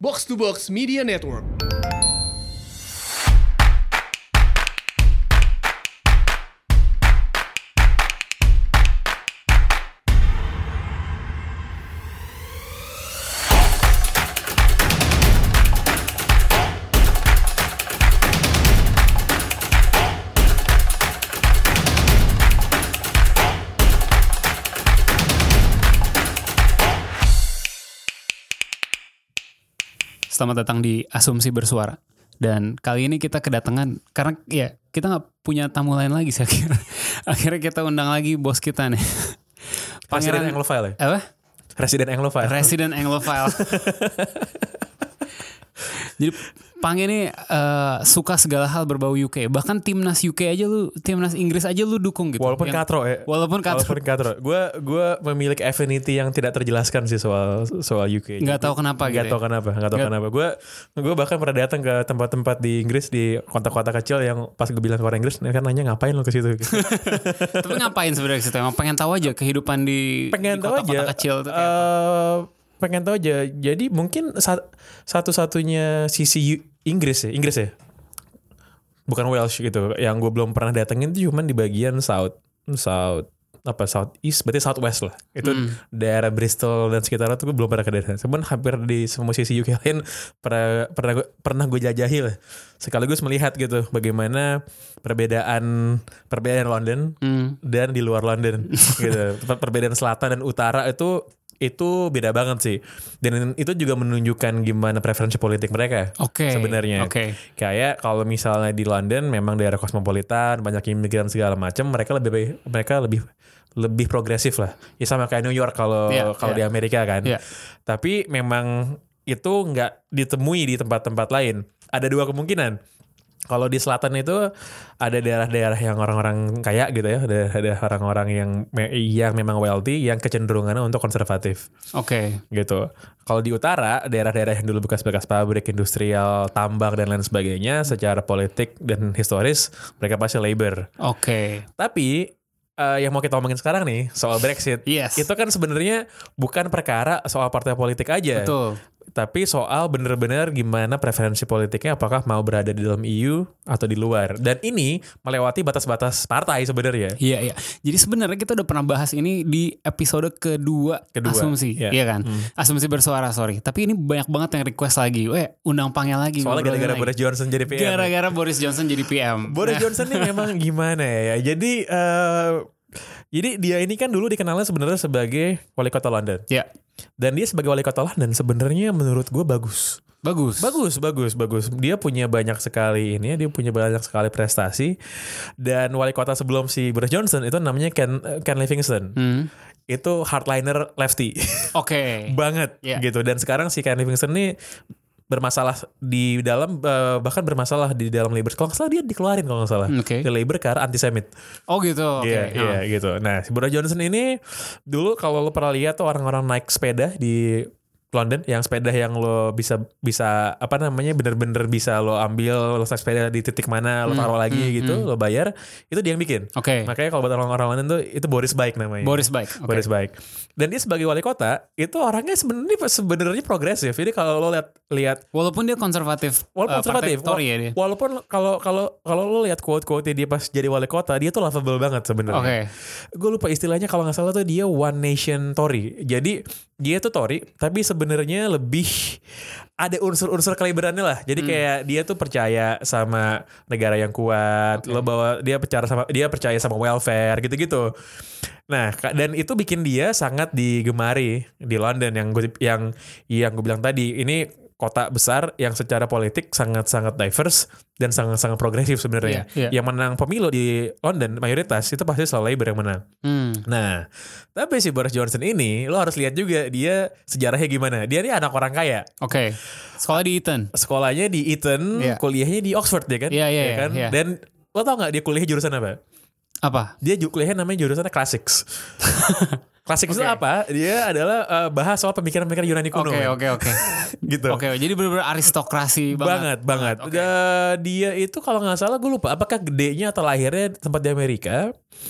Box to Box Media Network. Selamat datang di Asumsi Bersuara. Dan kali ini kita kedatangan, karena ya kita gak punya tamu lain lagi sih akhirnya. Akhirnya kita undang lagi bos kita nih. Resident Anglophile ya? Apa? Resident Anglophile. Resident Anglophile. Jadi Pange ini suka segala hal berbau UK. Bahkan timnas UK aja lu, timnas Inggris aja lu dukung gitu. Walaupun katro ya. Walaupun katro. Gue memiliki affinity yang tidak terjelaskan sih soal UK. Nggak tahu kenapa gitu. Nggak tahu kenapa. Gue bahkan pernah datang ke tempat-tempat di Inggris, di kota-kota kecil yang pas gue bilang orang Inggris, kan nanya ngapain lo ke situ. Tapi ngapain sebenarnya ke situ? Emang pengen tahu aja kehidupan di kota-kota kecil itu. Pengen tahu aja. Jadi mungkin satu-satunya sisi Inggris ya. Bukan Welsh gitu. Yang gue belum pernah datengin itu cuman di bagian South East, berarti South West lah. Itu daerah Bristol dan sekitarnya tuh gue belum pernah ke daerah. Cuman hampir di semua sisi UK lain pernah gue jajahi lah. Sekaligus melihat gitu bagaimana perbedaan London dan di luar London gitu. Perbedaan selatan dan utara itu beda banget sih. Dan itu juga menunjukkan gimana preferensi politik mereka. Sebenarnya. Kayak kalau misalnya di London memang daerah kosmopolitan, banyak imigran segala macam, mereka lebih progresif lah. Ya sama kayak New York kalau di Amerika kan. Tapi memang itu nggak ditemui di tempat-tempat lain. Ada dua kemungkinan. Kalau di selatan itu ada daerah-daerah yang orang-orang kaya gitu ya, ada orang-orang yang memang wealthy, yang kecenderungannya untuk konservatif. Gitu. Kalau di utara, daerah-daerah yang dulu bekas-bekas pabrik, industrial, tambang dan lain sebagainya, secara politik dan historis mereka pasti Labour. Tapi yang mau kita omongin sekarang nih soal Brexit, itu kan sebenarnya bukan perkara soal partai politik aja. Betul. Tapi soal bener-bener gimana preferensi politiknya, apakah mau berada di dalam EU atau di luar. Dan ini melewati batas-batas partai sebenarnya. Iya. Jadi sebenarnya kita udah pernah bahas ini di episode kedua. Asumsi. Iya kan? Asumsi Bersuara, sorry. Tapi ini banyak banget yang request lagi. Undang Pange lagi. Soalnya gara-gara Boris Johnson jadi PM. Gara-gara Boris Johnson jadi PM. Boris Johnson ini memang gimana ya? Jadi dia ini kan dulu dikenalnya sebenarnya sebagai wali kota London. Iya. Dan dia sebagai wali kota London sebenarnya menurut gue bagus. Dia punya banyak sekali prestasi. Dan wali kota sebelum si Boris Johnson itu namanya Ken Livingstone. Itu hardliner lefty. Banget gitu. Dan sekarang si Ken Livingstone ini bermasalah di dalam di dalam Labour. Kalau nggak salah dia dikeluarin kalau nggak salah ke Labour karena antisemit. Iya gitu. Nah, si Boris Johnson ini dulu kalau lo pernah lihat tuh orang-orang naik sepeda di London, yang sepeda yang lo bisa bener-bener bisa lo ambil, lo naik sepeda di titik mana lo taruh lagi gitu, lo bayar, itu dia yang bikin. Makanya kalau buat orang-orang London tuh itu Boris Bike namanya. Boris Bike. Dan dia sebagai wali kota itu orangnya sebenarnya progresif. Jadi kalau lo lihat walaupun dia konservatif. Tory ya dia. Walaupun kalau lo lihat quote-quote dia pas jadi wali kota, dia tuh lovable banget sebenarnya. Gue lupa istilahnya, kalau nggak salah tuh dia One Nation Tory. Jadi dia tuh Tory tapi sebenarnya lebih ada unsur-unsur keliberannya lah. Jadi kayak dia tuh percaya sama negara yang kuat. Lo bawa dia percaya sama welfare gitu-gitu. Nah, dan itu bikin dia sangat digemari di London, yang gue bilang tadi. Ini kota besar yang secara politik sangat-sangat diverse dan sangat-sangat progresif sebenarnya. Yang menang pemilu di London mayoritas itu pasti selalu Labour yang menang. Nah, tapi si Boris Johnson ini lo harus lihat juga dia sejarahnya gimana. Dia ini anak orang kaya. Sekolah di Eton. Sekolahnya di Eton, kuliahnya di Oxford ya kan? Iya. Dan lo tau gak dia kuliah jurusan apa? Dia kuliahnya namanya jurusannya Classics. Classics itu apa? Dia adalah bahas soal pemikiran-pemikiran Yunani kuno. Gitu. Jadi benar-benar aristokrasi banget. Dia itu kalau nggak salah gue lupa apakah gedenya atau lahirnya tempat di Amerika.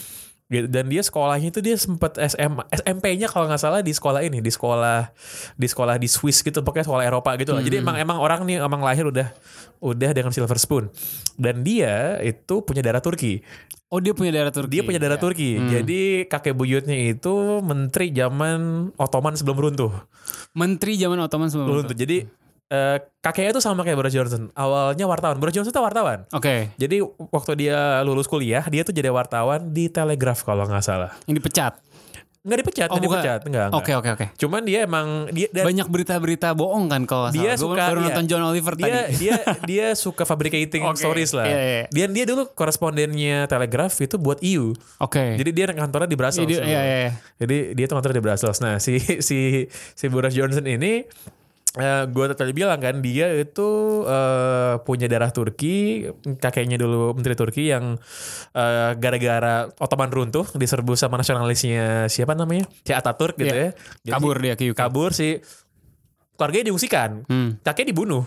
Gitu. Dan dia sekolahnya itu dia sempat SMP-nya kalau nggak salah di sekolah ini, di sekolah di Swiss gitu, pokoknya sekolah Eropa gitu lah. Jadi emang orang nih emang lahir udah dengan silver spoon. Dan dia itu punya darah Turki. Oh, dia punya darah Turki. Dia punya darah Turki. Jadi kakek buyutnya itu menteri zaman Ottoman sebelum runtuh. Menteri zaman Ottoman sebelum runtuh. Jadi kakeknya itu sama kayak Boris Johnson. Awalnya wartawan. Boris Johnson itu wartawan. Oke. Jadi waktu dia lulus kuliah, dia tuh jadi wartawan di Telegraph kalau nggak salah. Yang dipecat? Nggak dipecat, enggak. Oke. Cuman dia emang banyak berita-berita bohong kan kalau dia salah. Suka, baru nonton John Oliver tadi. Dia suka fabricating stories lah. Iya. Dia dulu korespondennya Telegraph itu buat EU. Oke. Jadi dia kantornya di Brussels. Iya. Jadi dia tuh kantornya di Brussels. Nah, si Boris Johnson ini gue tadi bilang kan dia itu punya darah Turki, kakeknya dulu menteri Turki yang gara-gara Ottoman runtuh diserbu sama nasionalisnya siapa namanya, si Atatürk gitu ya. Jadi, kabur dia ke UK. Kabur si keluarganya diungsikan, kakeknya dibunuh.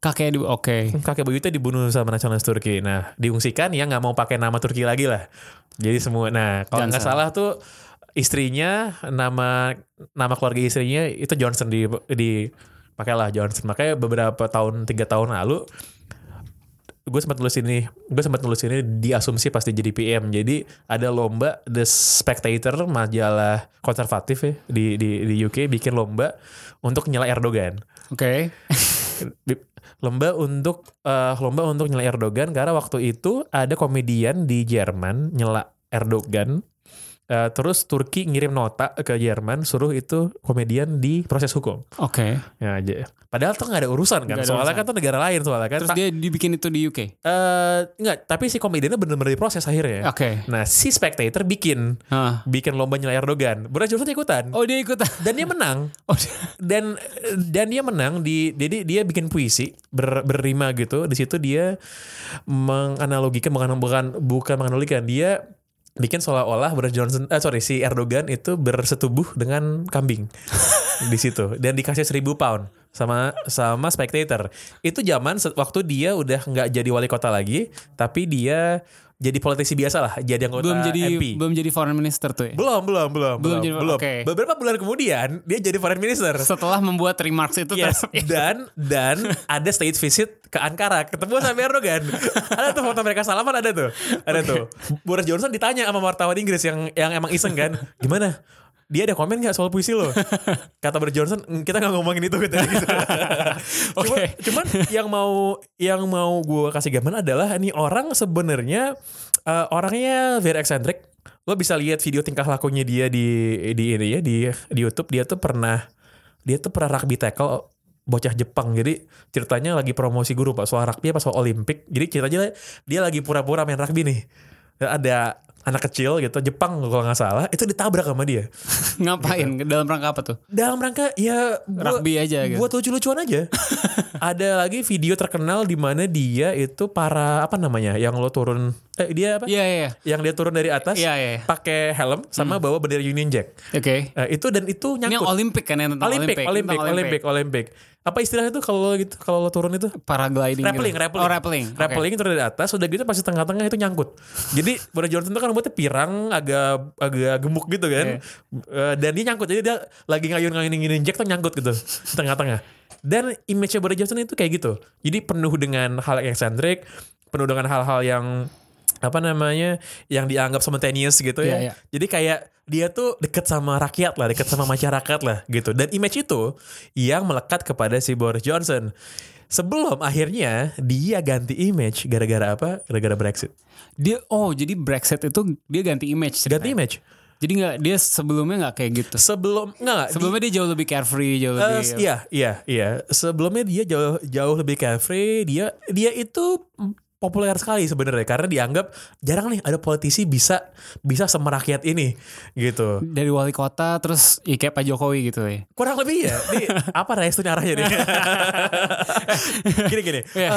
Kakek buyutnya dibunuh sama nasionalis Turki. Nah, diungsikan ya nggak mau pakai nama Turki lagi lah. Jadi semua. Nah, kalau nggak salah tuh istrinya nama keluarga istrinya itu Johnson di pakailah Johnson. Makanya beberapa 3 tahun lalu gue sempat nulis ini diasumsi pasti jadi PM. Jadi ada lomba The Spectator, majalah konservatif ya di UK bikin lomba untuk nyela Erdogan. Oke. Lomba untuk nyela Erdogan karena waktu itu ada komedian di Jerman nyela Erdogan. Terus Turki ngirim nota ke Jerman suruh itu komedian diproses hukum. Oke. Ya, padahal tuh nggak ada urusan kan. Soalnya kan tuh negara lain soalnya kan. Terus dia dibikin itu di UK? Enggak, tapi si komediannya benar-benar diproses akhirnya. Oke. Nah, si Spectator bikin lomba nyela Erdogan. Boris Johnson ikutan. Oh, dia ikutan. Dan dia menang. Dan dia menang jadi dia bikin puisi berrima gitu. Di situ dia menganalogikan bukan menganalogikan, dia bikin seolah-olah si Erdogan itu bersetubuh dengan kambing di situ dan dikasih 1.000 pound sama Spectator. Itu zaman waktu dia udah nggak jadi wali kota lagi, tapi dia jadi politisi biasa lah, jadi anggota MP. Belum jadi foreign minister tuh ya? Belum. Okay. Beberapa bulan kemudian dia jadi foreign minister. Setelah membuat remarks itu. Yes. Dan ada state visit ke Ankara, ketemu sama Erdogan. Ada tuh foto mereka salaman, ada tuh. Boris Johnson ditanya sama wartawan Inggris yang emang iseng kan, gimana? Dia ada komen gak soal puisi lo? Kata Boris Johnson, kita gak ngomongin itu gitu. Okay. Cuman yang mau gue kasih gambaran adalah ini orang sebenarnya orangnya very eccentric. Lo bisa lihat video tingkah lakunya dia di YouTube. Dia tuh pernah rugby tackle bocah Jepang. Jadi ceritanya lagi promosi guru Pak soal rugby apa soal Olimpik. Jadi ceritanya dia lagi pura-pura main rugby nih. Ada anak kecil gitu Jepang kalau nggak salah itu ditabrak sama dia. Ngapain? Gitu. Dalam rangka apa tuh? Dalam rangka ya rugby aja gitu. Buat lucu-lucuan aja. Ada lagi video terkenal di mana dia itu yang lo turun dia apa? Iya. Yang dia turun dari atas pakai helm sama bawa bendera Union Jack. Oke. Itu nyangkut. Ini Olimpik kan yang tentang Olimpik. Apa istilahnya tuh kalau lo turun itu? Paragliding. Rappelling. Rappelling turun dari atas, udah gitu pas di tengah-tengah itu nyangkut. Jadi Boris Johnson tuh kan buatnya pirang agak gemuk gitu kan. Dan dia nyangkut. Jadi dia lagi ngayun-ngayunin Jack tuh nyangkut gitu di tengah-tengah. Dan image-nya Boris Johnson itu kayak gitu. Jadi penuh dengan hal yang eksentrik, penuh dengan hal-hal yang yang dianggap spontaneous gitu ya. Yeah. Jadi kayak dia tuh deket sama rakyat lah, deket sama masyarakat lah gitu. Dan image itu yang melekat kepada si Boris Johnson. Sebelum akhirnya dia ganti image gara-gara apa? Gara-gara Brexit. Jadi Brexit itu dia ganti image. Ganti image. Jadi dia sebelumnya nggak kayak gitu. Sebelumnya dia jauh lebih carefree, jauh lebih. Iya. Sebelumnya dia jauh lebih carefree. Dia itu populer sekali sebenarnya karena dianggap jarang nih ada politisi bisa semerakyat ini gitu. Dari wali kota terus kayak Pak Jokowi gitu ya. Kurang lebih ya. Nih apa reaksinya arahnya nih? Gini.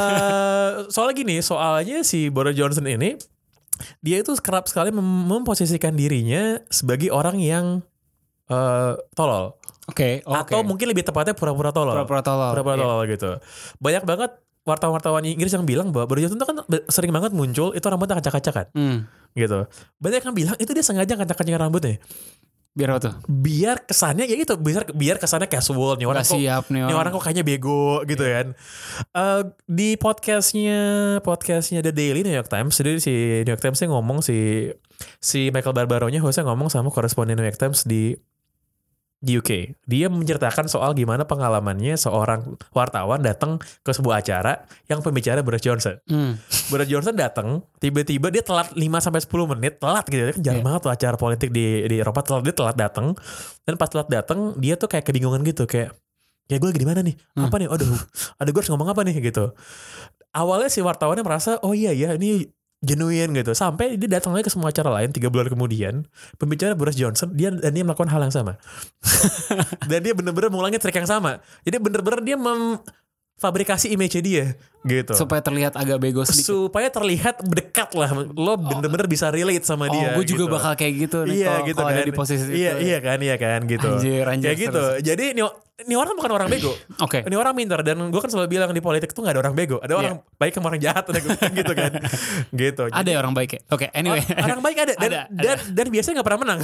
Soalnya si Boris Johnson ini dia itu kerap sekali memposisikan dirinya sebagai orang yang tolol. Oke. Atau mungkin lebih tepatnya pura-pura tolol. Pura-pura tolol gitu. Banyak banget wartawan-wartawan Inggris yang bilang bahwa Boris Johnson tuh kan sering banget muncul itu rambutnya acak-acakan. Gitu. Banyak yang bilang itu dia sengaja acak-acakan rambutnya. Biar apa tuh? Biar kesannya ya gitu, biar kesannya casual nih orang. Gak siap nih orang kok kayaknya bego gitu kan. Di podcastnya The Daily New York Times, jadi si New York Times ngomong si Michael Barbaronya hostnya ngomong sama koresponden New York Times di UK. Dia menceritakan soal gimana pengalamannya seorang wartawan datang ke sebuah acara yang pembicara Boris Johnson. Boris Johnson datang, tiba-tiba dia telat 5-10 menit, telat gitu. Kan jarang banget tuh acara politik di Eropa, dia telat datang. Dan pas telat datang, dia tuh kayak kebingungan gitu, kayak ya gue lagi di mana nih? Apa nih? Aduh, gue harus ngomong apa nih gitu. Awalnya si wartawannya merasa, oh iya ini genuine gitu. Sampai dia datang lagi ke semua acara lain 3 bulan kemudian, pembicara Boris Johnson, dia melakukan hal yang sama. Dan dia bener-bener mengulangi trik yang sama. Jadi bener-bener dia memfabrikasi image dia gitu. Supaya terlihat agak bego sedikit. Supaya terlihat dekat lah. Lo bener-bener bisa relate sama dia. Gue juga gitu. bakal kayak gitu nih. Iya gitu kan. Ada di posisi itu. Iya kan gitu. Anjir, kayak gitu. Jadi ini orang bukan orang bego. Oke. Ini orang pintar. Dan gue kan selalu bilang di politik tuh gak ada orang bego. Ada orang baik sama orang jahat. Gitu kan. Gitu. Ada orang baik ya? Oke, anyway. Orang baik ada. Dan biasanya gak pernah menang.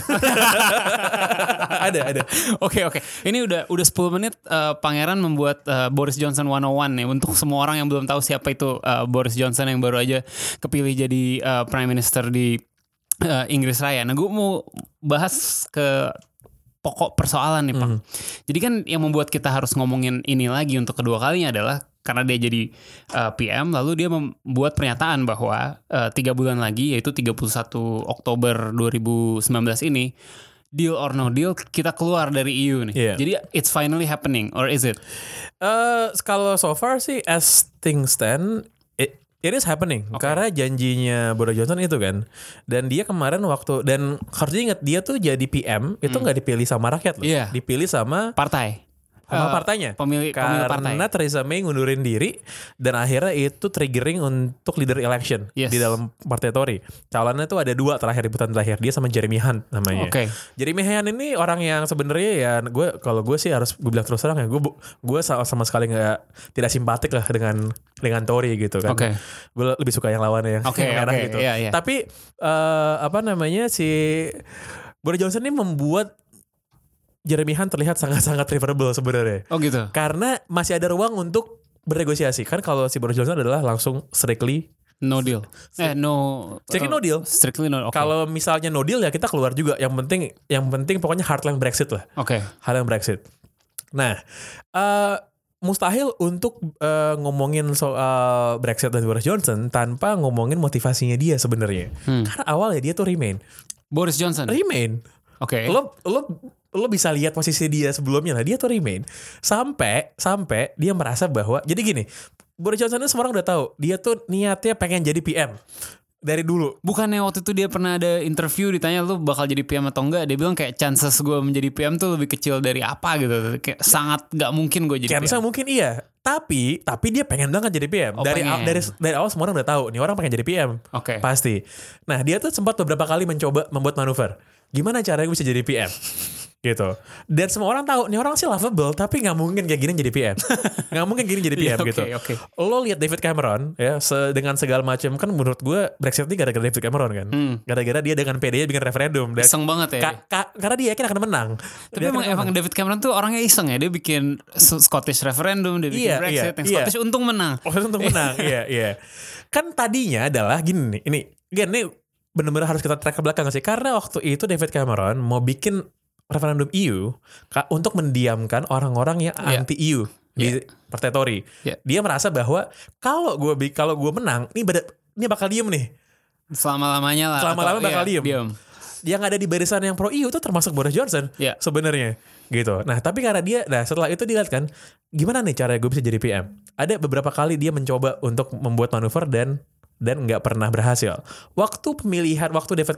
Ada. Oke. Ini udah 10 menit Pangeran membuat Boris Johnson 101 nih. Untuk semua orang yang belum tahu siapa itu Boris Johnson yang baru aja kepilih jadi Prime Minister di Inggris Raya. Nah, gue mau bahas ke pokok persoalan nih, Pak. Jadi kan yang membuat kita harus ngomongin ini lagi untuk kedua kalinya adalah karena dia jadi PM, lalu dia membuat pernyataan bahwa 3 bulan lagi, yaitu 31 Oktober 2019 ini, deal or no deal, kita keluar dari EU nih. Yeah. Jadi it's finally happening, or is it? Kalau so far sih as things stand, it is happening. Karena janjinya Boris Johnson itu kan. Dan dia kemarin dan harus diingat dia tuh jadi PM itu gak dipilih sama rakyat loh. Yeah. Dipilih sama Partai. Sama partainya. Pemilih partai. Karena Theresa May ngundurin diri dan akhirnya itu triggering untuk leader election di dalam partai Tory. Calonnya tuh ada 2 terakhir, putaran terakhir. Dia sama Jeremy Hunt namanya. Jeremy Hunt ini orang yang sebenarnya ya kalau gue sih harus gue bilang terus terang ya, gue sama sekali tidak simpatik lah dengan Tory gitu kan. Gue lebih suka yang lawannya yang merah gitu. Yeah. Tapi si Boris Johnson ini membuat Jeremy Hunt terlihat sangat-sangat favorable sebenarnya. Oh gitu. Karena masih ada ruang untuk bernegosiasi. Kan kalau si Boris Johnson adalah langsung strictly no deal. Strictly no deal. Strictly no. Kalau misalnya no deal ya kita keluar juga. Yang penting pokoknya hardline Brexit lah. Hardline Brexit. Nah, mustahil untuk ngomongin soal Brexit dan Boris Johnson tanpa ngomongin motivasinya dia sebenarnya. Karena awalnya dia tuh Remain. Boris Johnson. Remain. Lo bisa lihat posisi dia sebelumnya lah, dia tuh Remain sampai dia merasa bahwa jadi gini, Boris Johnson semua orang udah tahu dia tuh niatnya pengen jadi PM dari dulu. Bukannya waktu itu dia pernah ada interview ditanya lu bakal jadi PM atau enggak, dia bilang kayak chances gue menjadi PM tuh lebih kecil dari apa gitu, kayak sangat nggak mungkin gue jadi PM. Mungkin iya, tapi dia pengen banget jadi PM. Dari awal semua orang udah tahu nih orang pengen jadi PM. Pasti. Nah dia tuh sempat beberapa kali mencoba membuat manuver gimana caranya gue bisa jadi PM gitu. Dan semua orang tahu nih orang sih lovable, tapi nggak mungkin kayak gini jadi PM. Nggak mungkin gini jadi PM gitu. Lo lihat David Cameron ya dengan segala macam, kan menurut gue Brexit ini gara-gara David Cameron kan. Gara-gara dia dengan PD bikin referendum. Iseng banget ya. Karena dia yakin akan menang. Tapi emang David Cameron tuh orangnya iseng ya. Dia bikin Scottish referendum, dia bikin Brexit, yang Scottish untung menang. Untung menang. Iya. Kan tadinya adalah gini nih. Ini benar-benar harus kita track ke belakang sih. Karena waktu itu David Cameron mau bikin referendum EU untuk mendiamkan orang-orang yang anti EU di Partai Tory. Dia merasa bahwa kalau gue menang, ini bakal diem nih. Selama-lamanya lah. Selama-lamanya bakal diem. Yang ada di barisan yang pro EU itu termasuk Boris Johnson sebenarnya gitu. Nah tapi karena setelah itu dilihat kan, gimana nih cara gue bisa jadi PM? Ada beberapa kali dia mencoba untuk membuat manuver dan nggak pernah berhasil. Waktu David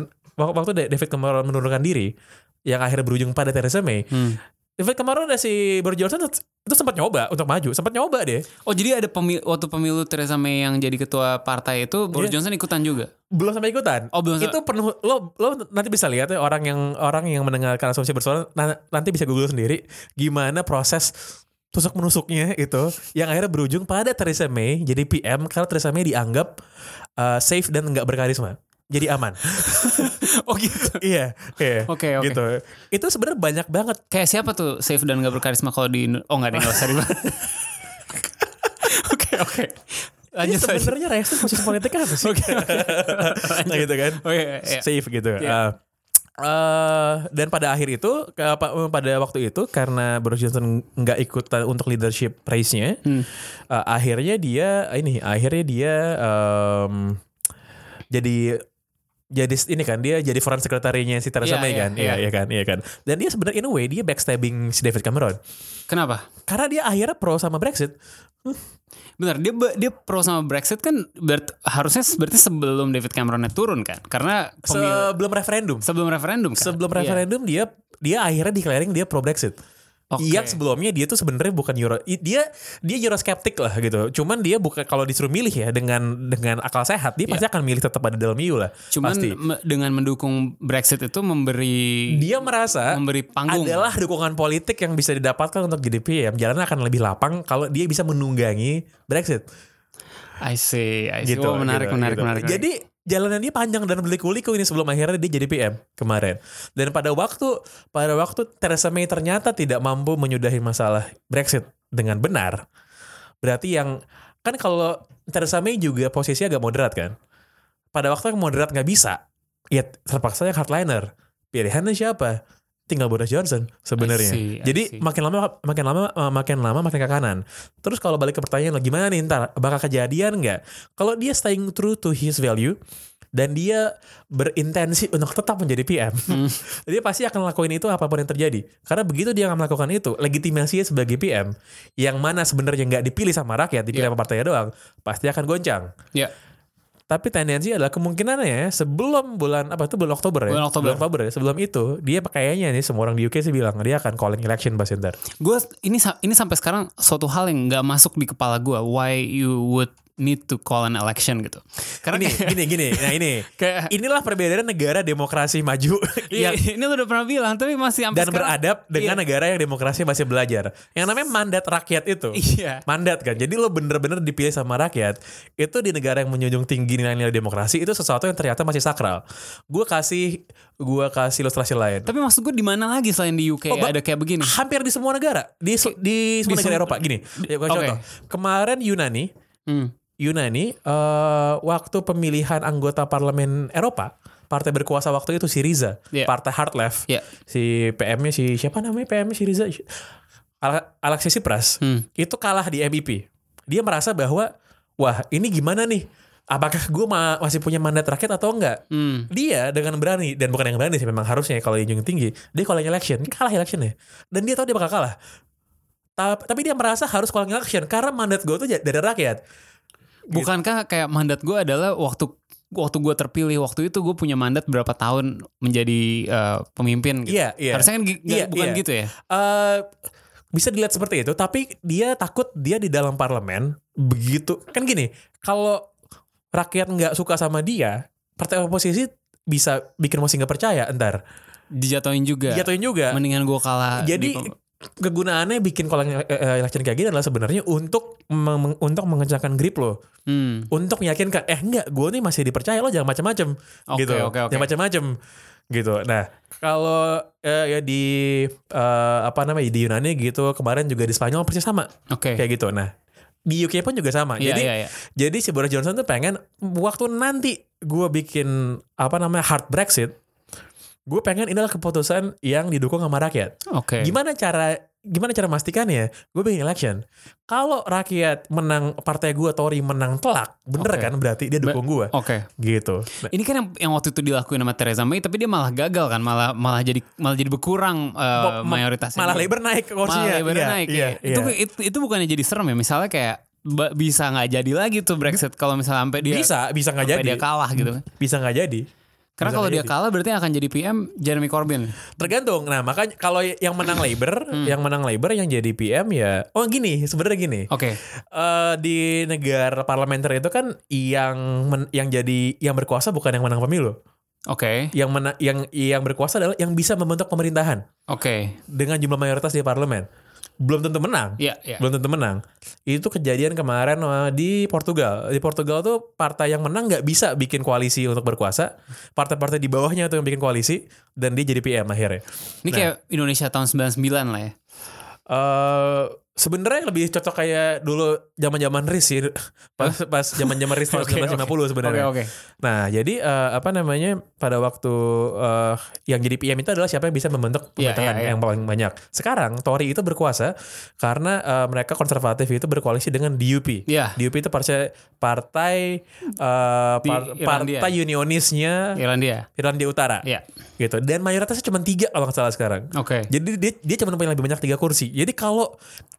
Cameron menurunkan diri, yang akhirnya berujung pada Theresa May. David Cameron dan si Boris Johnson itu sempat nyoba untuk maju, deh. Oh jadi ada waktu pemilu Theresa May yang jadi ketua partai itu Boris Johnson ikutan juga? Belum sampai ikutan. Oh belum. Itu penuh. Lo nanti bisa lihat ya orang yang mendengarkan asumsi bersuara nanti bisa Google sendiri gimana proses tusuk menusuknya itu yang akhirnya berujung pada Theresa May jadi PM karena Theresa May dianggap safe dan nggak berkarisma. Jadi aman. Oh gitu. Iya. Oke. Gitu. Itu sebenarnya banyak banget. Kayak siapa tuh safe dan gak berkarisma kalau di nggak usah dibahas. Oke. Ini sebenarnya reaksi posisi politik apa sih? Nah gitu kan. Safe gitu. Dan pada akhir itu pada waktu itu karena Boris Johnson nggak ikutan untuk leadership race-nya, akhirnya dia jadi ini kan dia jadi foreign secretary-nya si Theresa May kan. Iya kan. Dan dia sebenarnya in a way dia backstabbing si David Cameron. Kenapa? Karena dia akhirnya pro sama Brexit. Benar, dia pro sama Brexit kan harusnya berarti sebelum David Cameronnya turun kan? Karena sebelum referendum kan? Sebelum referendum dia akhirnya declaring dia pro Brexit. Yang sebelumnya dia tuh sebenarnya bukan dia Euroskeptik lah gitu. Cuman dia bukan kalau disuruh milih ya dengan akal sehat dia pasti akan milih tetap ada dalam EU lah. Cuman pasti. Dengan mendukung Brexit itu dia merasa memberi panggung adalah dukungan politik yang bisa didapatkan untuk jadi PM. Jalannya akan lebih lapang kalau dia bisa menunggangi Brexit. I see. Gitu, menarik. Jadi jalannya dia panjang dan berliku-liku ini sebelum akhirnya dia jadi PM kemarin. Dan pada waktu Theresa May ternyata tidak mampu menyudahi masalah Brexit dengan benar. Berarti yang kan kalau Theresa May juga posisinya agak moderat kan. Pada waktu yang moderat nggak bisa, ya terpaksa yang hardliner. Pilihannya siapa? Tinggal Boris Johnson sebenarnya. Jadi makin lama makin ke kanan. Terus kalau balik ke pertanyaan gimana nih ntar bakal kejadian nggak? Kalau dia staying true to his value dan dia berintensi untuk tetap menjadi PM, dia pasti akan lakuin itu apapun yang terjadi. Karena begitu dia akan melakukan itu, legitimasinya sebagai PM yang mana sebenarnya nggak dipilih sama rakyat, dipilih sama partainya doang, pasti akan goncang. Tapi tendensi adalah kemungkinannya sebelum bulan Oktober ya. Bulan Oktober ya. Sebelum itu dia kayaknya nih semua orang di UK sih bilang dia akan calling election pas ntar. Gue ini sampai sekarang suatu hal yang nggak masuk di kepala gue. Why you would need to call an election gitu. Karena gini. Nah ini inilah perbedaan negara demokrasi maju ini lu udah pernah bilang tapi masih sampai dan sekarang beradab dengan negara yang demokrasi masih belajar. Yang namanya mandat rakyat itu. Mandat kan. Jadi lo bener-bener dipilih sama rakyat. Itu di negara yang menjunjung tinggi nilai-nilai demokrasi itu sesuatu yang ternyata masih sakral. Gue kasih ilustrasi lain. Tapi maksud gue di mana lagi selain di UK ada kayak begini? Hampir di semua negara. Di semua negara Eropa gini. Contoh. Kemarin Yunani waktu pemilihan anggota parlemen Eropa, partai berkuasa waktu itu Syriza, partai hard left. Si PM-nya siapa namanya PM-nya Syriza? Alexis Tsipras. Itu kalah di MEP. Dia merasa bahwa wah, ini gimana nih? Apakah gue masih punya mandat rakyat atau enggak? Dia dengan berani, dan bukan yang berani sih, memang harusnya kalau junjung tinggi, dia calling election, dia kalah electionnya. Dan dia tahu dia bakal kalah. Tapi dia merasa harus calling election karena mandat gue tuh dari rakyat. Bukankah kayak mandat gue adalah waktu gue terpilih waktu itu gue punya mandat berapa tahun menjadi pemimpin gitu. Harusnya kan bukan gitu ya. Bisa dilihat seperti itu, tapi dia takut dia di dalam parlemen begitu. Kan gini, kalau rakyat nggak suka sama dia, partai oposisi bisa bikin masih nggak percaya entar. Dijatuhin juga. Mendingan gue kalah. Jadi kegunaannya bikin calling election kayak gini adalah sebenarnya untuk mengencangkan grip lo, untuk meyakinkan enggak, gue nih masih dipercaya, lo jangan macam-macam gitu, jangan macam-macam gitu. Nah kalau di di Yunani gitu, kemarin juga di Spanyol persis sama kayak gitu. Nah di UK pun juga sama. Jadi si Boris Johnson tuh pengen waktu nanti gue bikin hard Brexit, gue pengen inilah keputusan yang didukung sama rakyat. Gimana cara memastikannya? Gue bikin election. Kalau rakyat menang, partai gue Tory menang telak, bener kan? Berarti dia dukung gue. Gitu. Nah, ini kan yang waktu itu dilakuin sama Theresa May, tapi dia malah gagal kan, malah jadi berkurang mayoritasnya. Malah Labour naik kursinya. Itu bukannya jadi serem ya? Misalnya kayak bisa nggak jadi lagi tuh Brexit kalau misalnya sampai dia bisa nggak jadi, dia kalah gitu. Bisa nggak jadi. Karena kalau dia kalah berarti akan jadi PM Jeremy Corbyn. Tergantung. Nah, makanya kalau yang menang Labour, yang jadi PM ya. Sebenarnya gini. Di negara parlementer itu kan yang berkuasa bukan yang menang pemilu. Yang berkuasa adalah yang bisa membentuk pemerintahan. Dengan jumlah mayoritas di parlemen. belum tentu menang. Iya, iya. Belum tentu menang. Itu kejadian kemarin di Portugal. Di Portugal tuh partai yang menang nggak bisa bikin koalisi untuk berkuasa. Partai-partai di bawahnya tuh yang bikin koalisi dan dia jadi PM akhirnya. Ini kayak Indonesia tahun 99 lah ya. Sebenarnya lebih cocok kayak dulu zaman-zaman RIS sih. Pas zaman-zaman RIS tahun 1950 sebenarnya. Oke. Nah, jadi pada waktu yang jadi PM itu adalah siapa yang bisa membentuk pemerintahan yang paling banyak. Sekarang Tory itu berkuasa karena mereka konservatif itu berkoalisi dengan DUP. Iya. DUP itu partai unionisnya Irlandia Utara. Iya. Gitu. Dan mayoritasnya cuma 3 kalau nggak salah sekarang. Oke. Jadi dia cuma punya lebih banyak 3 kursi. Jadi kalau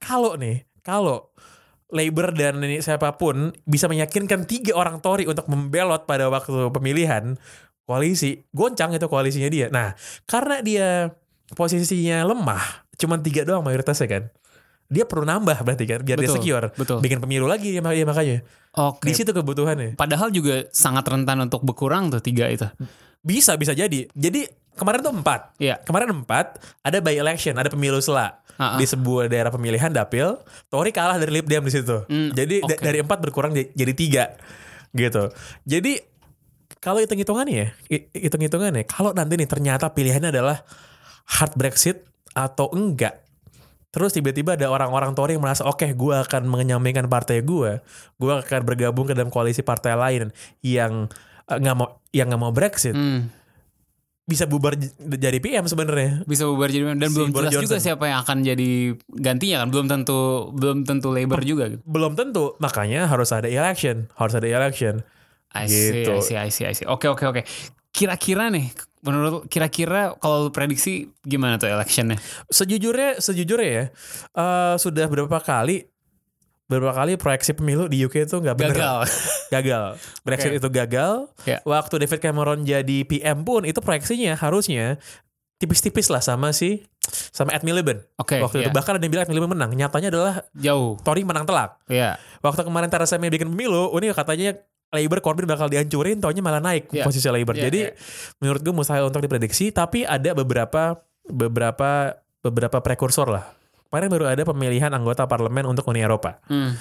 Labour dan siapapun bisa meyakinkan 3 orang Tory untuk membelot pada waktu pemilihan koalisi, goncang itu koalisinya dia. Nah, karena dia posisinya lemah, cuma 3 doang mayoritasnya kan. Dia perlu nambah berarti kan, biar dia secure. Betul. Bikin pemilu lagi dia makanya. Oke. Di situ kebutuhannya. Padahal juga sangat rentan untuk berkurang tuh 3 itu. Bisa jadi. Jadi kemarin tuh 4. Iya. Kemarin 4 ada by election, ada pemilu sela. Di sebuah daerah pemilihan dapil, Tory kalah dari Lib Dem di situ. Jadi dari 4 berkurang jadi 3 gitu. Jadi kalau hitung-hitungannya kalau nanti nih ternyata pilihannya adalah hard Brexit atau enggak, terus tiba-tiba ada orang-orang Tory yang merasa oke, gue akan menyampingkan partai gue akan bergabung ke dalam koalisi partai lain yang nggak mau Brexit. Bisa bubar jadi PM sebenarnya. Bisa bubar jadi PM dan belum jelas Johnson juga siapa yang akan jadi gantinya kan. Belum tentu Labour juga gitu. Belum tentu, makanya harus ada election. I see. Oke. Kira-kira nih, menurut kalau lu prediksi gimana tuh electionnya? Sejujurnya ya, sudah berapa kali proyeksi pemilu di UK itu nggak benar. Gagal. Brexit itu gagal. Yeah. Waktu David Cameron jadi PM pun itu proyeksinya harusnya tipis-tipis lah sama Ed Miliband. Waktu itu bahkan ada yang bilang Ed Miliband menang. Nyatanya adalah jauh. Tory menang telak. Yeah. Waktu kemarin Theresa May bikin pemilu, ini katanya Labour Corbyn bakal dihancurin, taunya malah naik posisi Labour. Jadi menurut gue mustahil untuk diprediksi, tapi ada beberapa prekursor lah. Kemarin baru ada pemilihan anggota parlemen untuk Uni Eropa.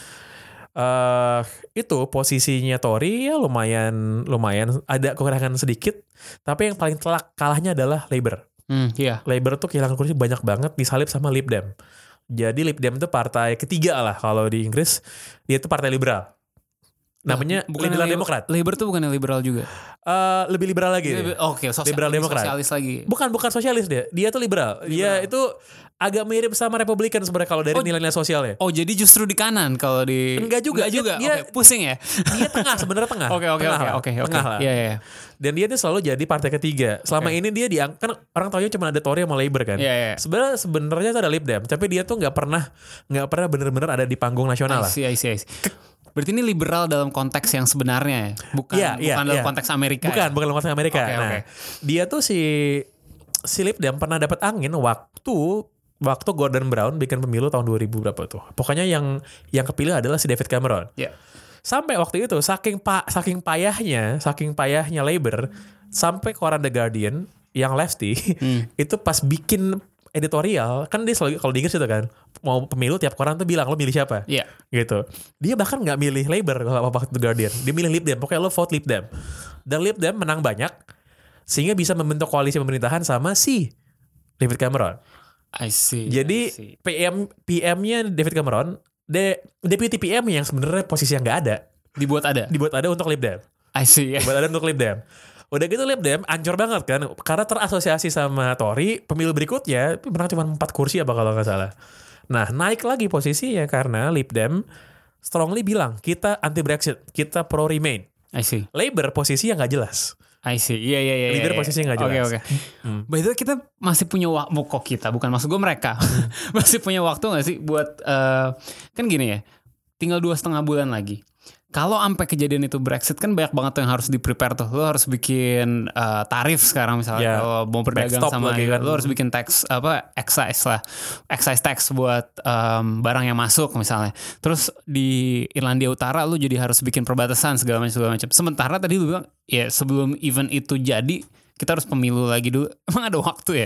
Itu posisinya Tory ya lumayan ada kekurangan sedikit, tapi yang paling telak kalahnya adalah Labour. Labour tuh kehilangan kursi banyak banget, disalip sama Lib Dem. Jadi Lib Dem itu partai ketiga lah kalau di Inggris, dia itu partai liberal. Namanya liberal demokrat. Labour tuh bukan liberal juga. Lebih liberal lagi. Liberal demokrat. Sosialis lagi. Bukan sosialis dia. Dia tuh liberal. Dia itu agak mirip sama Republikan sebenarnya kalau dari nilai-nilai sosialnya. Oh, jadi justru di kanan kalau di Enggak juga. Dia pusing ya. Dia tengah sebenarnya tengah. Oke. Tengah lah. Iya. Dan dia tuh selalu jadi partai ketiga. Selama ini dia kan orang taunya cuma ada Tory sama Labour kan. Iya. Sebenarnya tuh ada Lib Dem, tapi dia tuh enggak pernah benar-benar ada di panggung nasional lah. I see. Berarti ini liberal dalam konteks yang sebenarnya, bukan dalam konteks Amerika. Bukan dalam konteks Amerika. Dia tuh si Lib Dem pernah dapat angin waktu Gordon Brown bikin pemilu tahun 2000 berapa tuh. Pokoknya yang kepilih adalah si David Cameron. Yeah. Sampai waktu itu saking payahnya Labour, sampai koran The Guardian yang lefty itu pas bikin editorial, kan dia selalu kalau di Inggris itu kan mau pemilu tiap koran tuh bilang lo milih siapa, gitu. Dia bahkan nggak milih Labour kalau waktu The Guardian, dia milih Lib Dem. Pokoknya lo vote Lib Dem. Dan Lib Dem menang banyak, sehingga bisa membentuk koalisi pemerintahan sama si David Cameron. I see. Jadi PM-nya David Cameron, deputy PM yang sebenarnya posisi yang nggak ada, dibuat ada untuk Lib Dem. I see. Dibuat ada untuk Lib Dem. Udah gitu Lib Dem ancur banget kan, karena terasosiasi sama Tory. Pemilu berikutnya menang cuma 4 kursi apa kalau nggak salah. Nah, naik lagi posisinya karena Lib Dem strongly bilang kita anti Brexit, kita pro Remain. I see. Labour posisi yang nggak jelas. I see. Iya. Labour posisi nggak jelas. Oke. By the way, kita masih punya waktu, maksud gue mereka masih punya waktu nggak sih buat kan gini ya, tinggal 2,5 bulan lagi. Kalau sampai kejadian itu Brexit kan banyak banget tuh yang harus di-prepare tuh. Lo harus bikin tarif sekarang misalnya kalau mau berdagang sama kan. Lo harus bikin tax excise tax buat barang yang masuk misalnya. Terus di Irlandia Utara lo jadi harus bikin perbatasan segala macam. Sementara tadi lo bilang ya sebelum event itu jadi kita harus pemilu lagi dulu. Emang ada waktu ya?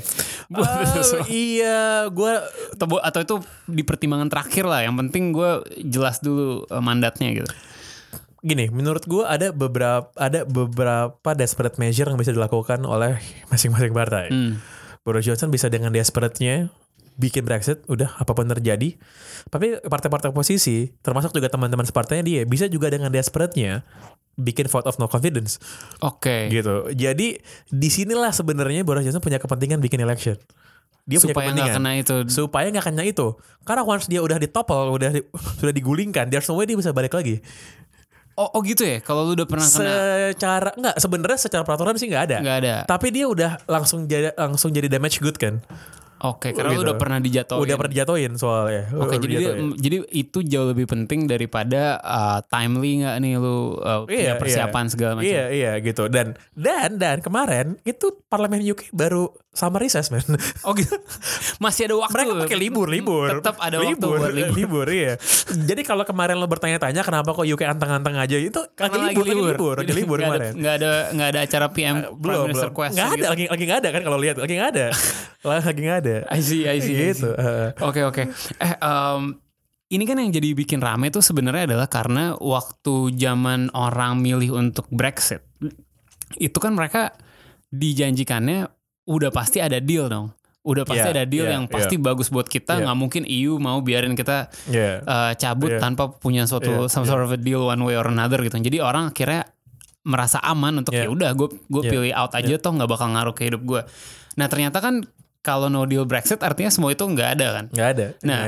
Iya, gue atau itu di pertimbangan terakhir lah. Yang penting gue jelas dulu mandatnya gitu. Gini, menurut gue ada beberapa desperate measure yang bisa dilakukan oleh masing-masing partai. Boris Johnson bisa dengan desperate-nya bikin Brexit, udah apapun terjadi. Tapi partai-partai oposisi, termasuk juga teman-teman separtainya dia, bisa juga dengan desperate-nya bikin vote of no confidence. Oke. Gitu. Jadi disinilah sebenarnya Boris Johnson punya kepentingan bikin election. Dia supaya punya kepentingan nggak kena itu. Supaya nggak kena itu. Karena once dia udah ditopel, sudah digulingkan, there's no way dia bisa balik lagi. Oh gitu ya. Kalau lu udah pernah kena. Sebenarnya secara peraturan sih nggak ada. Nggak ada. Tapi dia udah langsung jadi damage good kan. Oke, karena gitu. lu udah pernah dijatuhin. Udah pernah dijatuhin soalnya. Oke, jadi itu jauh lebih penting daripada timely nggak nih lu punya persiapan segala macam. Iya gitu. Dan kemarin itu parlemen UK baru summer recess, man. Oh gitu. Masih ada waktu. Mereka pakai libur. Tetap ada waktu buat libur. Iya. Jadi kalau kemarin lo bertanya-tanya kenapa kok UK anteng-anteng aja, itu lagi libur kemarin. Nggak ada acara PM Prime Minister Question. Nggak ada, lagi nggak ada kan kalau lihat, lagi nggak ada. I see. Gitu. Oke. Ini kan yang jadi bikin rame tuh sebenarnya adalah karena waktu zaman orang milih untuk Brexit, itu kan mereka dijanjikannya udah pasti ada deal dong. Udah pasti ada deal yang pasti bagus buat kita. Nggak mungkin EU mau biarin kita cabut tanpa punya some sort of a deal one way or another gitu. Jadi orang akhirnya merasa aman untuk ya udah gue pilih out aja toh nggak bakal ngaruh ke hidup gue. Nah ternyata kan kalau no deal Brexit artinya semua itu nggak ada kan? Nggak ada. Nah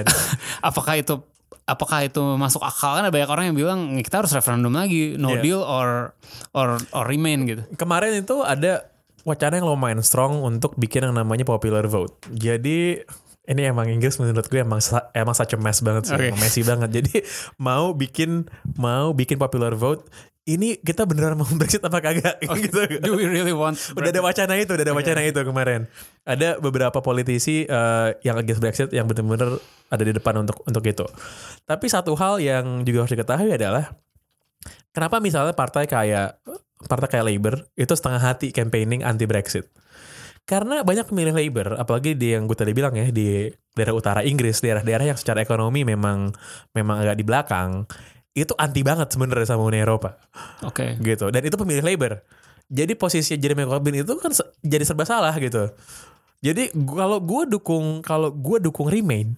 apakah itu masuk akal? Kan ada banyak orang yang bilang kita harus referendum lagi, no deal or remain gitu. Kemarin itu ada wacana yang lumayan strong untuk bikin yang namanya popular vote. Jadi ini emang Inggris menurut gue emang such a mess banget sih, emang messy banget. Jadi mau bikin popular vote. Ini kita beneran mau Brexit apa kagak? Gitu. Do we really want Brexit? Udah ada wacana itu kemarin. Ada beberapa politisi yang against Brexit yang benar-benar ada di depan untuk itu. Tapi satu hal yang juga harus diketahui adalah kenapa misalnya partai kayak Labour itu setengah hati campaigning anti Brexit. Karena banyak pemilih Labour, apalagi di yang gue tadi bilang ya, di daerah utara Inggris, daerah-daerah yang secara ekonomi memang agak di belakang. Itu anti banget sebenarnya sama Uni Eropa. Oke. Gitu. Dan itu pemilih Labour. Jadi posisi Jeremy Corbyn itu kan jadi serba salah gitu. Jadi kalau gue dukung Remain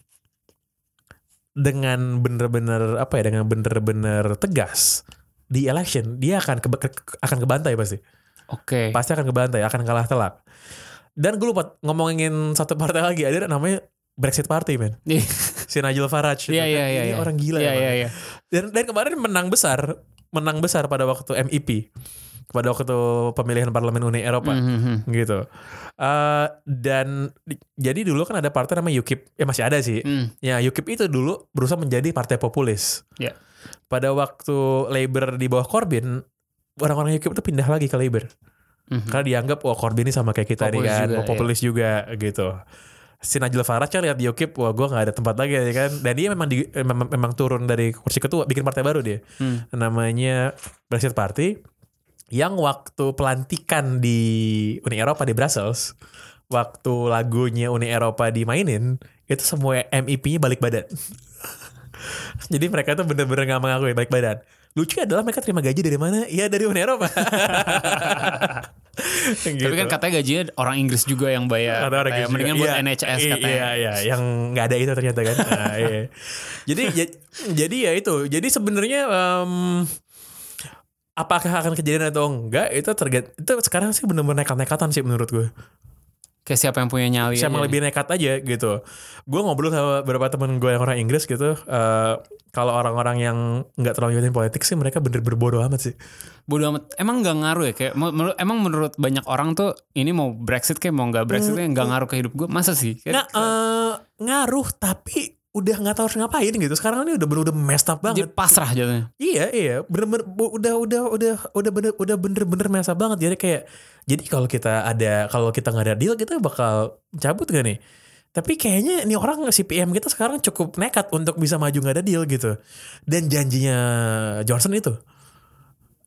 dengan bener-bener tegas di election, dia akan kebantai pasti. Oke. Pasti akan kebantai, akan kalah telak. Dan gue lupa ngomongin satu partai lagi, ada namanya Brexit Party, man. Si Nigel Farage. Iya. Orang gila. Iya. Dan kemarin menang besar pada waktu MEP. Pada waktu pemilihan parlemen Uni Eropa. Gitu. Dan jadi dulu kan ada partai namanya UKIP. Ya masih ada sih. Ya UKIP itu dulu berusaha menjadi partai populis. Yeah. Pada waktu Labour di bawah Corbyn, orang-orang UKIP itu pindah lagi ke Labour. Karena dianggap Corbyn ini sama kayak kita nih kan. Populis juga gitu. Si Nigel Farage lihat di UKIP, wah gue gak ada tempat lagi ya kan. Dan dia memang turun dari kursi ketua, bikin partai baru dia. Namanya Brexit Party. Yang waktu pelantikan di Uni Eropa di Brussels, waktu lagunya Uni Eropa dimainin, itu semua MEP-nya balik badan. Jadi mereka tuh bener-bener gak mengakui balik badan. Lucu adalah mereka terima gaji dari mana? Iya dari Uni Eropa. Gitu. Tapi kan katanya gajinya orang Inggris juga yang bayar. Mendingan buat NHS katanya. Iya, yang nggak ada itu ternyata kan. Iya. Jadi ya itu. Jadi sebenarnya apakah akan kejadian atau enggak itu sekarang sih benar-benar nekat-nekatan sih menurut gue. Kayak siapa yang punya nyali. Siapa lebih nekat aja gitu. Gue ngobrol sama beberapa temen gue yang orang Inggris gitu. Kalau orang-orang yang nggak terlalu ngikutin politik sih mereka bener-bener bodo amat sih. Bodo amat. Emang nggak ngaruh ya? Kayak emang menurut banyak orang tuh ini mau Brexit kayak mau nggak Brexit kayak nggak ngaruh ke hidup gue. Masa sih? Ngaruh tapi udah nggak tahu harus ngapain gitu. Sekarang ini udah messed up banget. Jadi pasrah jadinya. Iya. Bener-bener udah bener-bener messed up banget. Jadi kalau kita nggak ada deal kita bakal cabut gak nih? Tapi kayaknya ini orang si PM kita sekarang cukup nekat untuk bisa maju gak ada deal gitu. Dan janjinya Johnson itu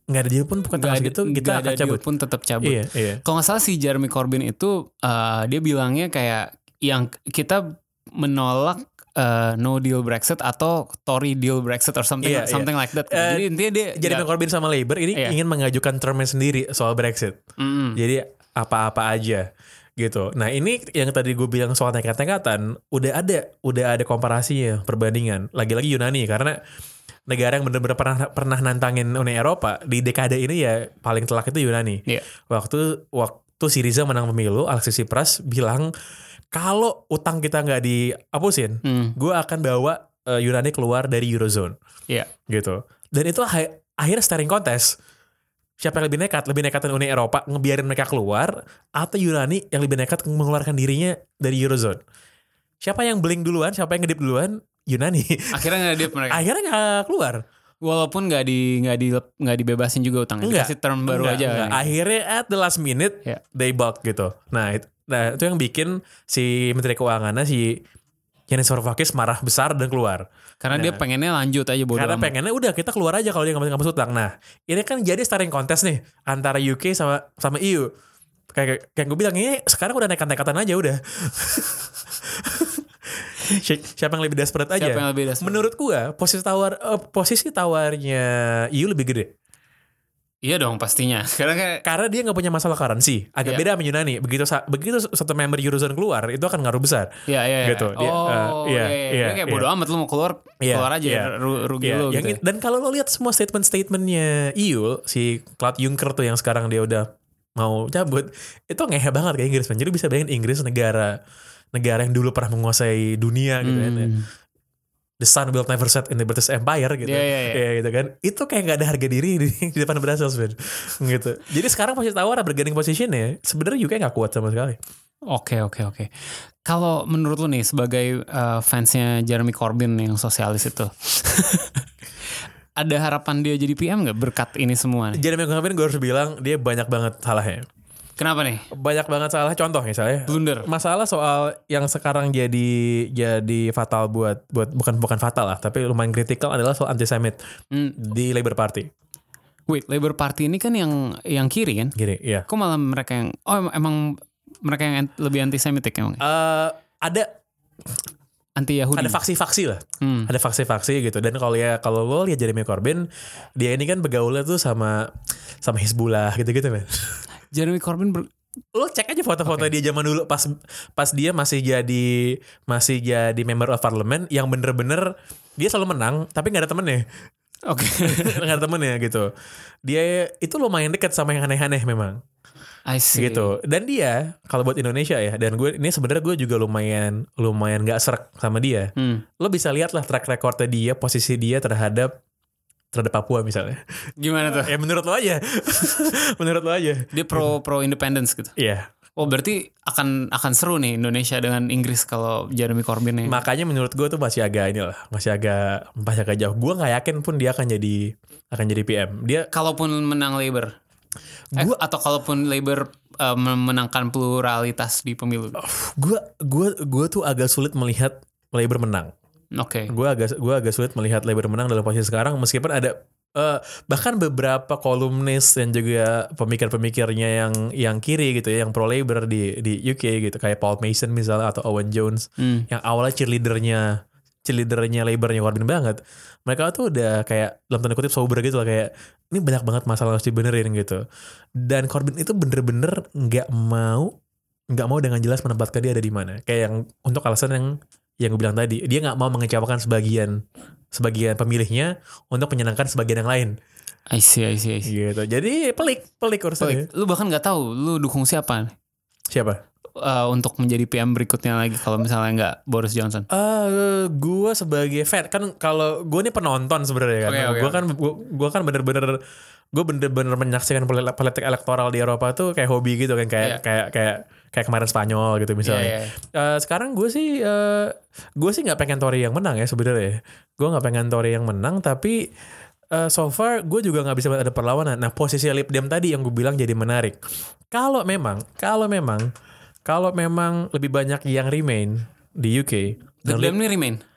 nggak ada deal pun bukan tanggal segitu kita akan cabut. Pun tetap cabut. Iya. Kalau nggak salah si Jeremy Corbyn itu dia bilangnya kayak yang kita menolak no deal Brexit atau Tory deal Brexit or something like that. Jadi intinya dia Jeremy Corbyn sama Labour ini ingin mengajukan termnya sendiri soal Brexit. Jadi apa-apa aja gitu. Nah ini yang tadi gue bilang soal nekat-nekatan udah ada komparasinya, perbandingan. Lagi-lagi Yunani karena negara yang benar-benar pernah nantangin Uni Eropa di dekade ini ya paling telak itu Yunani. Waktu Syriza menang pemilu, Alexis Tsipras bilang kalau utang kita nggak dihapusin, gue akan bawa Yunani keluar dari Eurozone. Gitu. Dan itu akhirnya staring contest. Siapa yang lebih nekat Uni Eropa ngebiarin mereka keluar atau Yunani yang lebih nekat mengeluarkan dirinya dari Eurozone. Siapa yang bling duluan, siapa yang ngedip duluan? Yunani. Akhirnya ngedip mereka. Akhirnya nggak keluar. Walaupun nggak dibebasin juga utangnya, dikasih term baru aja. Akhirnya at the last minute they bought gitu. Nah itu yang bikin si Menteri Keuangannya si Yanis Varoufakis marah besar dan keluar. Karena dia pengennya lanjut aja bodo Karena pengennya udah kita keluar aja kalau dia nggak ngapus utang. Nah ini kan jadi starting contest nih antara UK sama EU. Kayak gue bilang ini sekarang udah nekat-nekatan aja udah. Siapa yang lebih desperate aja? Menurut gua posisi tawarnya EU lebih gede. Iya dong pastinya. Karena dia nggak punya masalah currency. Agak beda sama Yunani. Begitu satu member Eurozone keluar itu akan ngaruh besar. Iya. Gitu. Dia kayak bodo amat lu mau keluar aja rugi lu. Gitu. Dan kalau lo lihat semua statementnya EU, si Claude Juncker tuh yang sekarang dia udah mau cabut, itu ngehe banget kayak Inggris. Jadi bisa bayangin Inggris negara yang dulu pernah menguasai dunia gitu kan. The sun will never set in the British Empire gitu. Gitu kan. Itu kayak gak ada harga diri di depan Brussels gitu. Jadi sekarang posisi tawar bergaining positionnya sebenarnya UK gak kuat sama sekali. Oke. Kalau menurut lu nih sebagai fansnya Jeremy Corbyn yang sosialis itu ada harapan dia jadi PM gak berkat ini semua nih? Jeremy Corbyn gue harus bilang dia banyak banget salahnya. Kenapa nih? Banyak banget salah. Contoh misalnya blunder. Masalah soal yang sekarang jadi fatal buat bukan fatal lah, tapi lumayan kritikal adalah soal antisemit di Labour Party. Wait, Labour Party ini kan yang kiri kan? Kiri, iya. Kok malah mereka yang emang mereka yang lebih antisemitik emang? Ada anti Yahudi. Ada faksi-faksi lah. Ada faksi-faksi gitu. Dan kalau lo lihat Jeremy Corbyn, dia ini kan begaulnya tuh sama Hizbullah gitu-gitu men. Jeremy Corbyn lo cek aja foto-foto dia zaman dulu pas dia masih jadi member of parliament yang bener-bener dia selalu menang tapi nggak ada temennya. Nggak ada temennya gitu. Dia itu lumayan dekat sama yang aneh-aneh memang. I see. Gitu. Dan dia kalau buat Indonesia ya, dan gue ini sebenarnya gue juga lumayan nggak serak sama dia. Lo bisa lihat lah track recordnya dia, posisi dia terhadap Papua misalnya. Gimana tuh? Ya menurut lo aja. Dia pro independence gitu. Iya. Oh berarti akan seru nih Indonesia dengan Inggris kalau Jeremy Corbyn nih. Makanya menurut gue tuh masih agak jauh. Gue nggak yakin pun dia akan jadi PM. Dia kalaupun menang Labour. Atau kalaupun Labour memenangkan pluralitas di pemilu. Gue tuh agak sulit melihat Labour menang. Oke. Gue agak sulit melihat Labour menang dalam posisi sekarang meskipun ada bahkan beberapa kolumnis dan juga pemikir-pemikirnya yang kiri gitu ya, yang pro Labour di UK gitu, kayak Paul Mason misalnya atau Owen Jones yang awalnya cheerleadernya Labournya Corbyn banget. Mereka tuh udah kayak dalam tanda kutip sober gitu lah, kayak ini banyak banget masalah harus dibenerin gitu. Dan Corbyn itu bener-bener nggak mau dengan jelas menempatkan dia ada di mana. Kayak yang untuk alasan yang gue bilang tadi, dia nggak mau mengecewakan sebagian pemilihnya untuk menyenangkan sebagian yang lain. I see. Gitu. Jadi pelik urusannya. Lu bahkan nggak tahu lu dukung siapa? Siapa? Untuk menjadi PM berikutnya lagi kalau misalnya nggak Boris Johnson. Gue sebagai fan kan, kalau gue ini penonton sebenarnya kan. Gue kan bener-bener menyaksikan politik elektoral di Eropa tuh kayak hobi gitu kan, kayak kemarin Spanyol gitu misalnya. Sekarang gue sih nggak pengen Tory yang menang ya sebenarnya. Gue nggak pengen Tory yang menang, tapi so far gue juga nggak bisa ada perlawanan. Nah posisi Lib Dem tadi yang gue bilang jadi menarik. Kalau memang lebih banyak yang remain di UK. Lib Dem ini remain?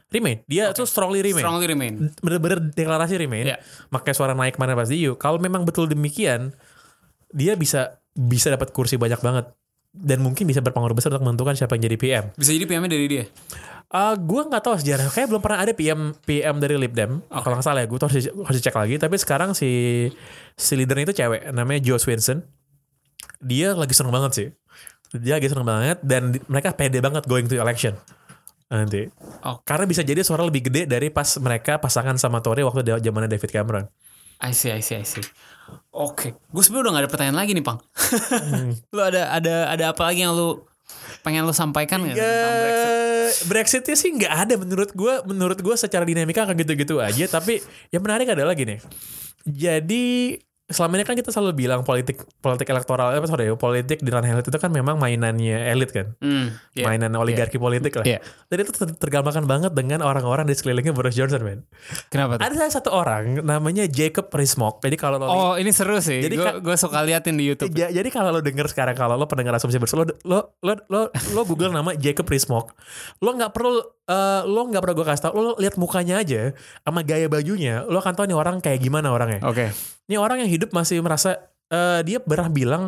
Remain. Dia tuh strongly remain. Strongly remain. Bener-bener deklarasi remain. Yeah. Makanya suara naik mana pas di EU. Kalau memang betul demikian, dia bisa dapat kursi banyak banget. Dan mungkin bisa berpengaruh besar untuk menentukan siapa yang jadi PM. Bisa jadi PM-nya dari dia? Gue nggak tahu sejarah. Kayak belum pernah ada PM dari Lib Dem. Kalau nggak salah ya. Gue tuh harus cek lagi. Tapi sekarang si leadernya itu cewek. Namanya Jo Swinson. Dia lagi seneng banget sih. Dia lagi seneng banget. Dan mereka pede banget going to election. Nanti. Karena bisa jadi suara lebih gede dari pas mereka pasangan sama Tory waktu zamannya David Cameron. I see. Oke. Gue sebenarnya udah gak ada pertanyaan lagi nih, Pang. Lu ada apa lagi yang lu pengen lu sampaikan nggak tentang Brexit? Brexitnya sih nggak ada menurut gue secara dinamika akan gitu-gitu aja. Tapi yang menarik adalah gini. Jadi selama ini kan kita selalu bilang politik elektoral politik di ranah elit itu kan memang mainannya elit kan. Mainan oligarki politik lah. Dan itu tergambarkan banget dengan orang-orang di sekelilingnya Boris Johnson, man. Kenapa tuh? Ada satu orang namanya Jacob Rees-Mogg. Jadi kalau ini seru sih. Jadi gue suka liatin di YouTube. Jadi kalau lo denger sekarang, kalau lo pendengar asumsi bersama, lo Google nama Jacob Rees-Mogg. Lo nggak perlu gue kasih tau. Lo lihat mukanya aja sama gaya bajunya, lo akan tahu nih orang kayak gimana orangnya. Oke. Ini orang yang hidup masih merasa dia pernah bilang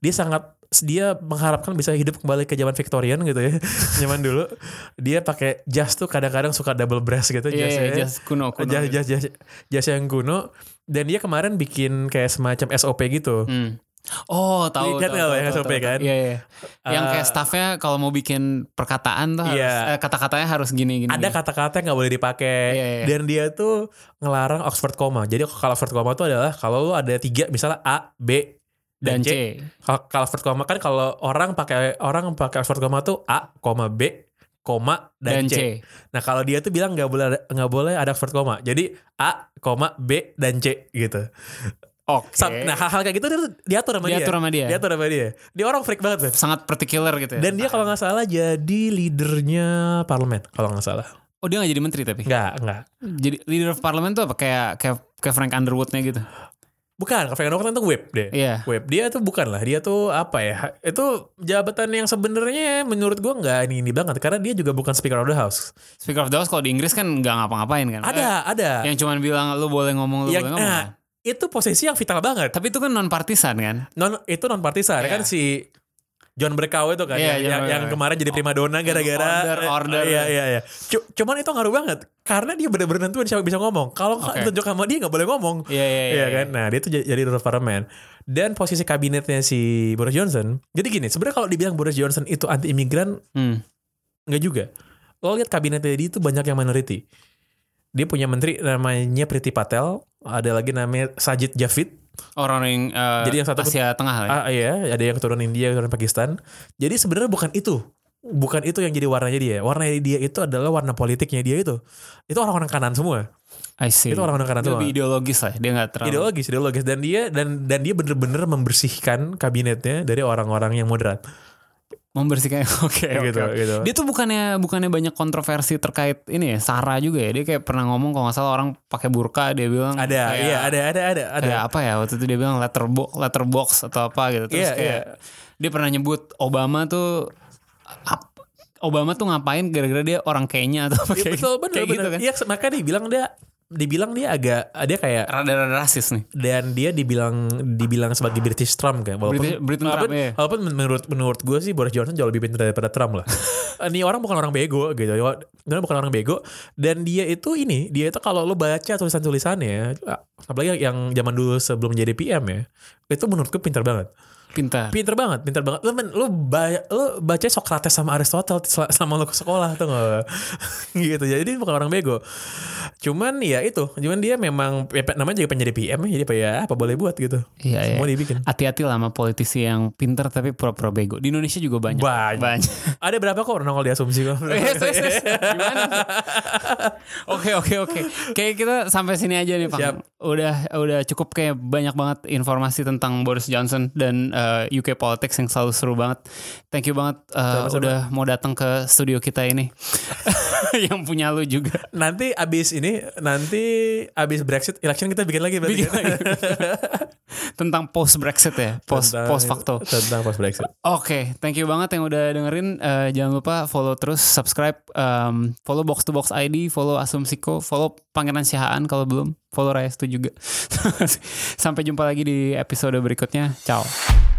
dia mengharapkan bisa hidup kembali ke zaman Victorian gitu ya. Zaman dulu dia pakai jas tuh kadang-kadang suka double breast gitu. Jas kuno. Jas yang kuno. Dan dia kemarin bikin kayak semacam SOP gitu. Oh, tahu yang SOP kan? Iya. Yang kayak staffnya kalau mau bikin perkataan tuh harus kata-katanya harus gini. Ada kata-kata yang nggak boleh dipakai. Dan dia tuh ngelarang Oxford comma. Jadi kalau Oxford comma tuh adalah kalau lu ada 3 misalnya A, B dan C. Kalau Oxford comma kan kalau orang pakai Oxford comma tuh A, B, dan C. Nah kalau dia tuh bilang nggak boleh ada Oxford comma. Jadi A, B dan C gitu. Oke. Nah hal-hal kayak gitu diatur sama dia. Dia orang freak banget, man. Sangat particular gitu ya. Dan dia kalau nggak salah jadi leadernya parlemen kalau nggak salah. Oh, dia nggak jadi menteri tapi? Nggak. Jadi leader of parliament tuh apa? Kayak Frank Underwood-nya gitu? Bukan, Frank Underwood itu whip deh. Whip. Dia tuh bukan lah. Dia tuh apa ya? Itu jabatan yang sebenarnya menurut gue nggak ini banget. Karena dia juga bukan Speaker of the House. Speaker of the House kalau di Inggris kan nggak ngapa-ngapain kan? Ada. Yang cuman bilang lu boleh ngomong, ngomong. Itu posisi yang vital banget. Tapi itu kan non-partisan kan? Itu non-partisan. Kan si John Bercow itu kan yang kemarin jadi primadona gara-gara order. Iya. Cuman itu ngaruh banget karena dia benar-benar nentuin siapa bisa ngomong. Kalau tunjuk sama dia nggak boleh ngomong. Iya kan. Nah, dia tuh jadi leader of parliament. Dan posisi kabinetnya si Boris Johnson. Jadi gini, sebenarnya kalau dibilang Boris Johnson itu anti imigran, nggak juga. Lo lihat kabinetnya dia itu banyak yang minority. Dia punya menteri namanya Priti Patel, ada lagi namanya Sajid Javid. Orang yang jadi yang satu Asia Tengah lah. Iya, ada yang keturunan India, keturunan Pakistan. Jadi sebenarnya bukan itu yang jadi warnanya dia. Warnanya dia itu adalah warna politiknya dia itu. Itu orang-orang kanan semua. I see. Itu orang-orang kanan semua. Lebih ideologis lah, dia nggak terlalu. Ideologis dan dia bener-bener membersihkan kabinetnya dari orang-orang yang moderat. Membersihkan, oke. Gitu. Dia tuh bukannya banyak kontroversi terkait ini ya, Sarah juga ya. Dia kayak pernah ngomong kalau nggak salah orang pakai burka, dia bilang ada. Kayak apa ya waktu itu dia bilang letterbox atau apa gitu. Terus dia pernah nyebut Obama tuh ngapain gara-gara dia orang Kenya atau apa kayak gitu kan. Iya, maka dibilang dia kayak rada-rada rasis nih. Dan dia dibilang sebagai British Trump kan. Walaupun menurut gue sih Boris Johnson jauh lebih pintar daripada Trump lah. Ini orang bukan orang bego gitu. Dia bukan orang bego. Dan dia itu kalau lo baca tulisan-tulisannya, apalagi yang zaman dulu sebelum jadi PM ya, itu menurut gue pintar banget. Pintar banget. Lu baca Socrates sama Aristotle selama lu ke sekolah tuh nggak? Gitu. Jadi dia bukan orang bego. Cuman dia memang namanya juga penjadi PM, jadi apa boleh buat gitu. Iya. Semua dibikin. Hati-hati lah sama politisi yang pintar tapi pura-pura bego. Di Indonesia juga banyak. Ada berapa kok orang nongol di asumsi kok. Gimana? Oke. Kayak kita sampai sini aja nih, Pak. Udah cukup kayak banyak banget informasi tentang Boris Johnson dan UK politics yang selalu seru banget. Thank you banget udah mau datang ke studio kita ini. Yang punya lu juga. Nanti abis Brexit election kita bikin lagi. Tentang post Brexit ya, post facto. Tentang post Brexit. Oke, thank you banget yang udah dengerin. Jangan lupa follow terus, subscribe, follow Box to Box ID, follow Asumsiko, follow Pangeran Sihaan kalau belum, follow Raya Stu juga. Sampai jumpa lagi di episode berikutnya. Ciao.